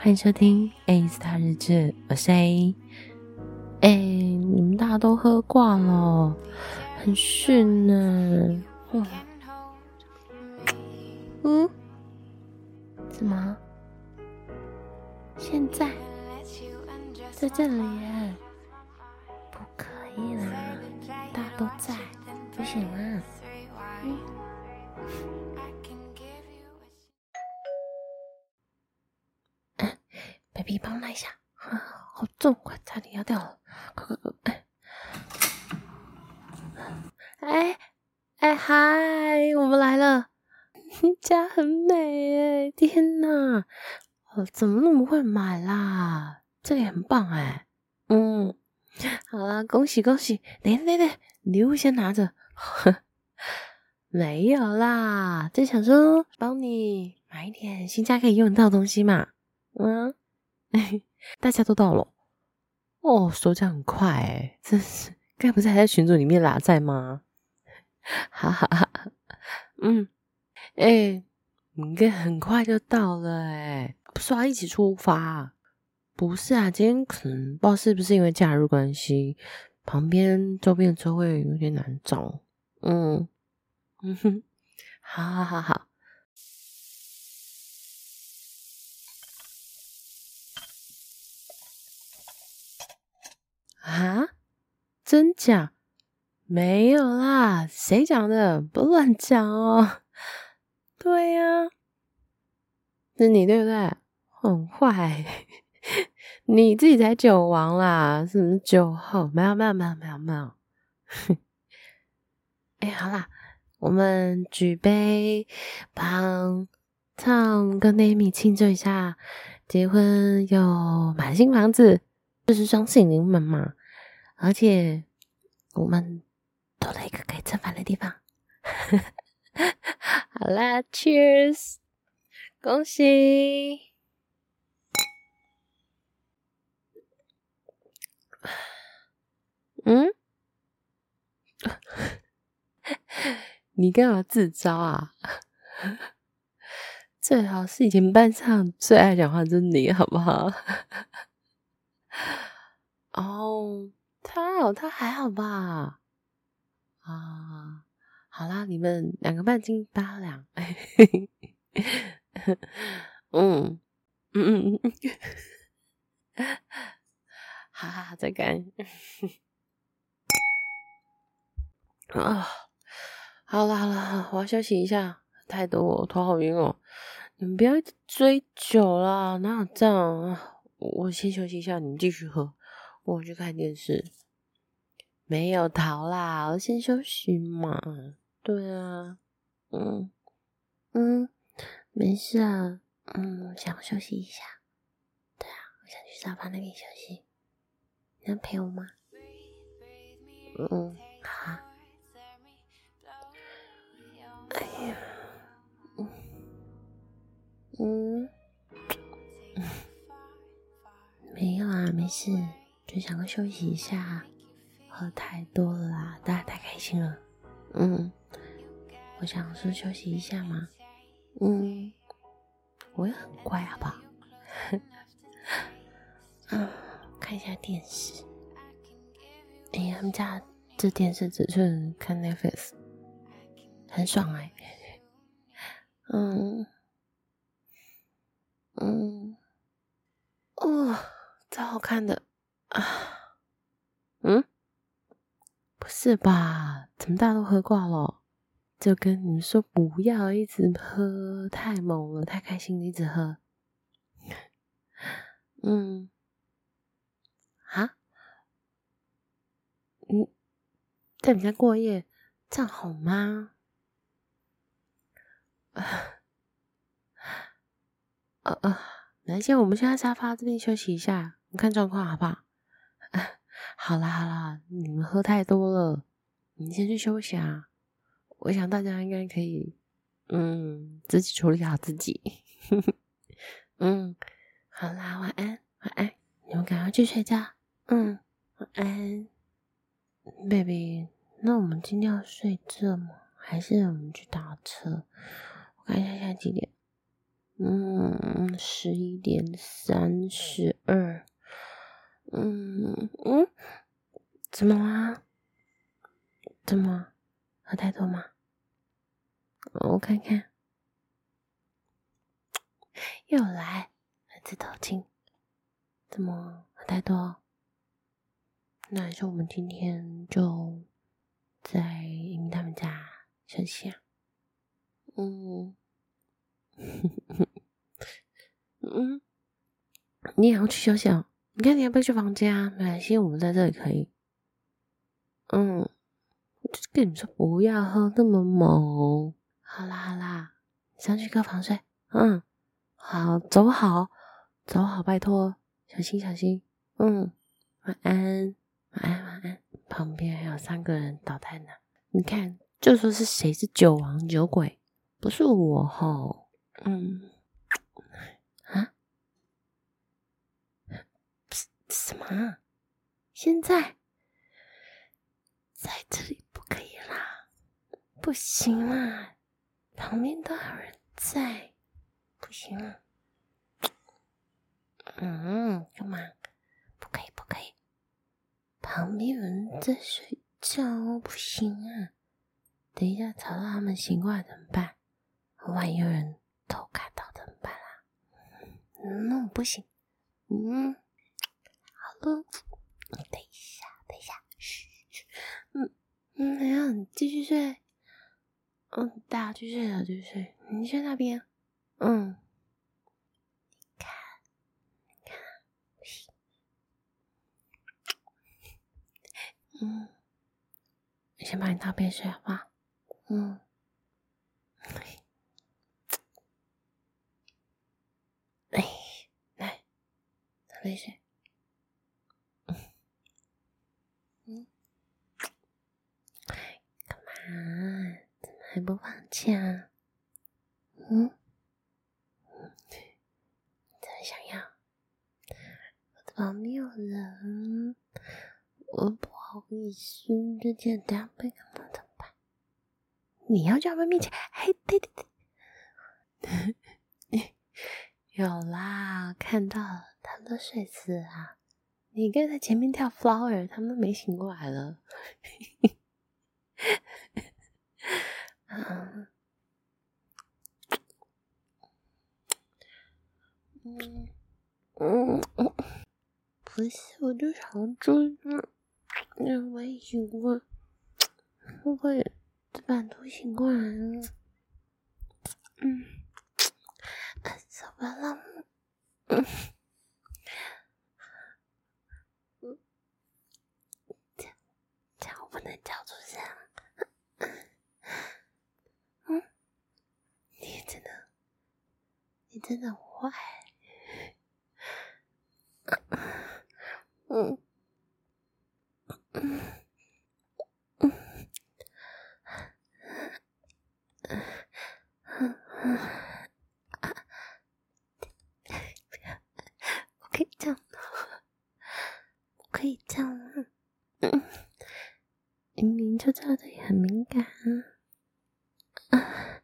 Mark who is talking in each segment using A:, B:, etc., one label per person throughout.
A: 欢迎收听 A 斯塔日志，我是 A。你们大家都喝挂了，很逊呢。什么？现在在这里耶？不可以啦，大家都在，不行啊。baby 帮我拿一下，好重，快差点要掉了，快！嗨，我们来了，家很美耶，天哪，怎么那么会买啦？这里很棒哎，好啦，恭喜！等一下，礼物先拿着。没有啦，就想说帮你买一点新家可以用到的东西嘛。大家都到了收假很快诶，真是，该不是还在群组里面拉在吗？哈哈哈，应该很快就到了诶，不是要一起出发？不是啊，今天可能不知道是不是因为假日关系，旁边周边的车位有点难找。好。啊？真假？没有啦，谁讲的？不乱讲哦。对呀，是你对不对？很坏，你自己才酒王啦，什么酒后？没有。好啦，我们举杯帮 Tom 跟 Amy 庆祝一下，结婚有买新房子，这是双喜临门嘛，而且我们多了一个可以蹭饭的地方。好啦 ，Cheers， 恭喜！你干嘛自招啊？最好是以前班上最爱讲话就是你，好不好？他还好吧？好啦，你们2个半斤8两。哈，再干。好了，我要休息一下，太多我头好晕哦。你们不要一直追酒啦，哪有这样啊？我先休息一下，你们继续喝，我去看电视。没有逃啦，我先休息嘛。对啊，没事啊，想休息一下。对啊，我想去沙发那边休息。你能陪我吗？好。没有啊，没事，就想休息一下。喝太多了啦，大家太开心了。我想说休息一下嘛。我也很乖，好不好？看一下电视。他们家这电视只是看 Netflix， 很爽哎。超好看的啊。不是吧？怎么大家都喝挂了？就跟你们说不要一直喝，太猛了，太开心了，一直喝。在你家过夜，这样好吗？没关系，我们现在沙发这边休息一下，你看状况好不好？好啦，你们喝太多了，你先去休息啊。我想大家应该可以，自己处理好自己。好啦，晚安，你们赶快去睡觉。晚安 ，baby。那我们今天要睡这吗？还是我们去打车？我看一下现在几点。 11:32。怎么啦？怎么？喝太多吗？我看看，又来自头巾，怎么喝太多？那还是我们今天就在英他们家休息啊。你也要去休息哦？你看你要不要去房间啊？没关系，我们在这里可以。我就跟你说不要喝那么猛。好啦，上去客房睡。好，走好，拜托，小心。晚安。旁边还有3个人倒在那，你看，就说是谁是酒王酒鬼，不是我吼。什么？现在在这里不可以啦，不行啦，旁边都有人在，不行啦。干嘛？不可以，旁边有人在睡觉，不行啊。等一下吵到他们醒过来怎么办？万一有人偷看到怎么办啦？那不行。好了，等一下，嘘。没有，你继续睡。大家继续睡，你睡那边。你看，不行。我先把你那边睡好不好？来，那边睡。干嘛？怎么还不放弃啊？怎么想要？我的旁边有人，我不好意思，这件等下被看到怎么办？你要叫他们面前，对，有啦，看到了，他们都睡死了。你刚才前面跳 flower， 他们都没醒过来了。不是，我就想追，我也醒过来，我也半途醒过来了。怎么了？这样我不能叫出声。你真的坏。我可以这样吗？明明就知道这里很敏感啊。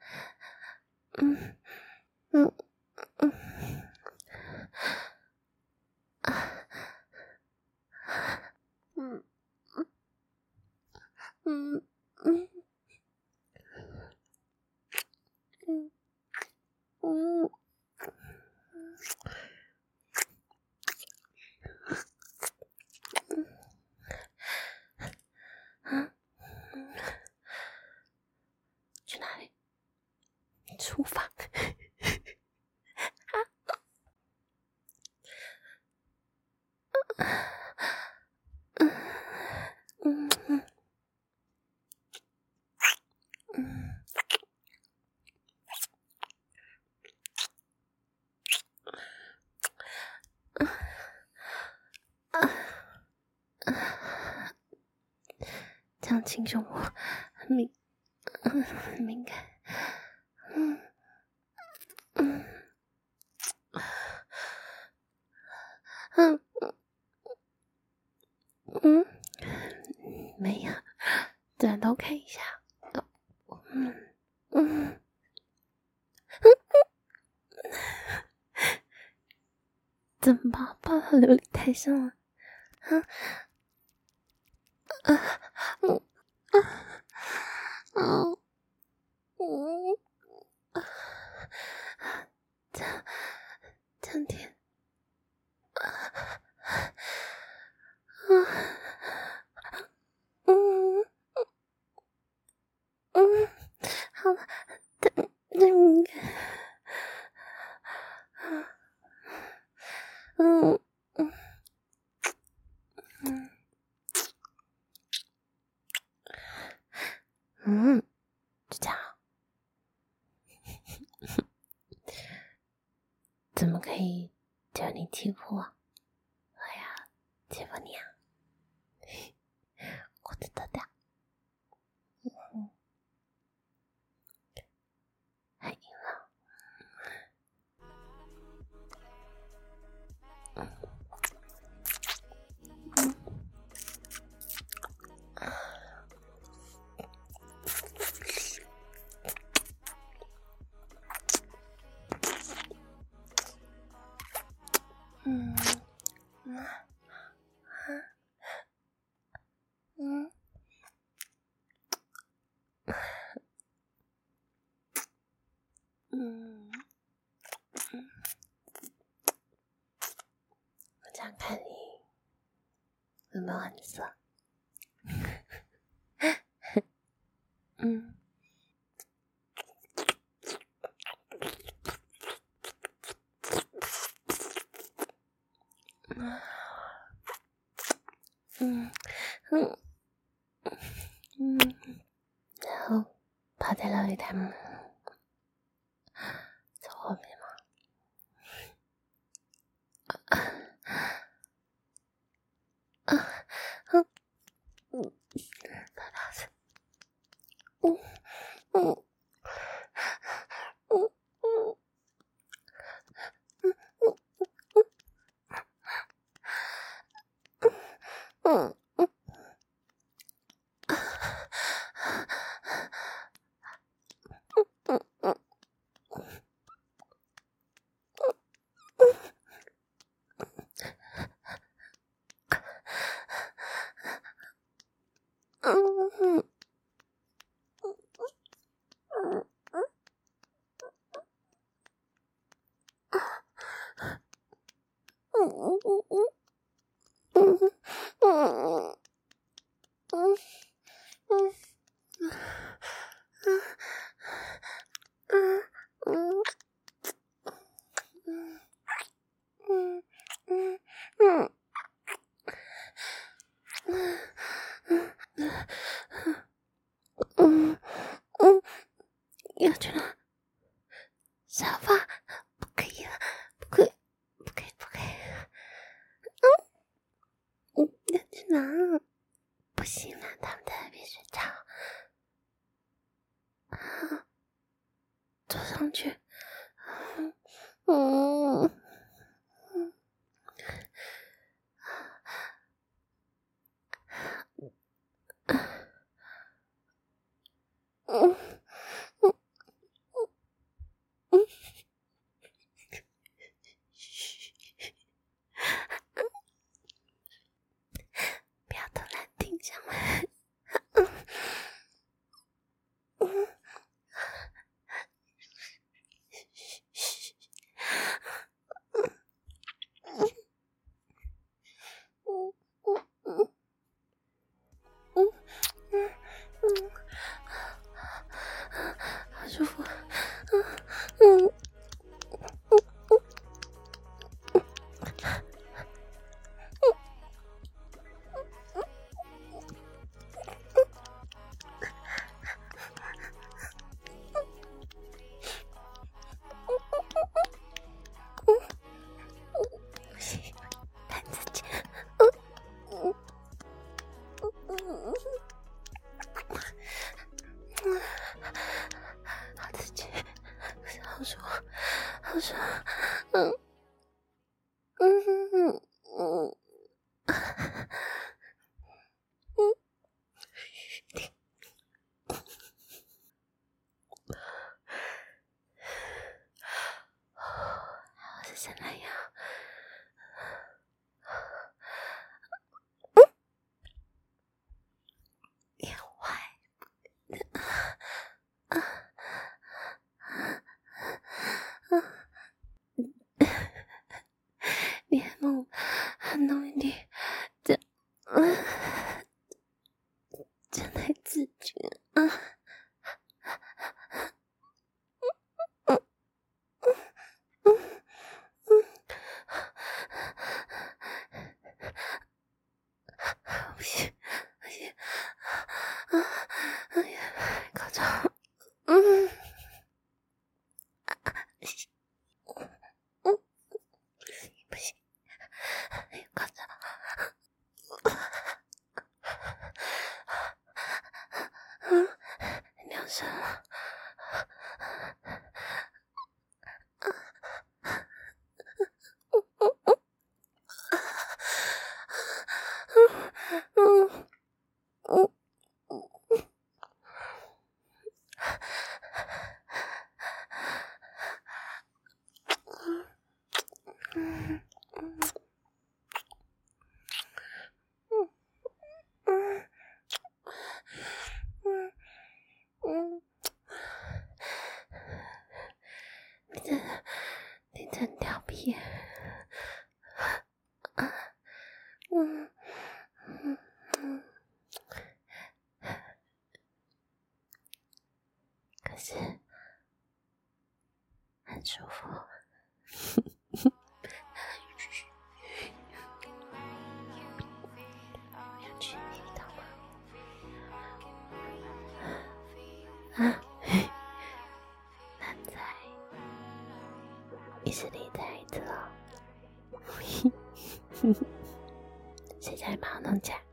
A: 去哪里？厨房。这样亲胸我很敏感。没有，转头看一下。 怎么抱到琉璃台上了？这样天，好了，就这样。怎么可以叫你欺负我？我要欺负你啊！我知道的。还赢了。我这样看你有没有很色？然后趴在琉璃台吗？在后面吗？要去哪？沙发不可以了，不可以。要去哪？不行了，他们在那边睡觉。坐上去。不要突然停下来。好舒服。看自己。好刺激，好爽，好爽。我是伸懒腰， 你真调皮。可是很舒服。想去洗澡吗？那在浴室里再一次哦。现在马上弄起来。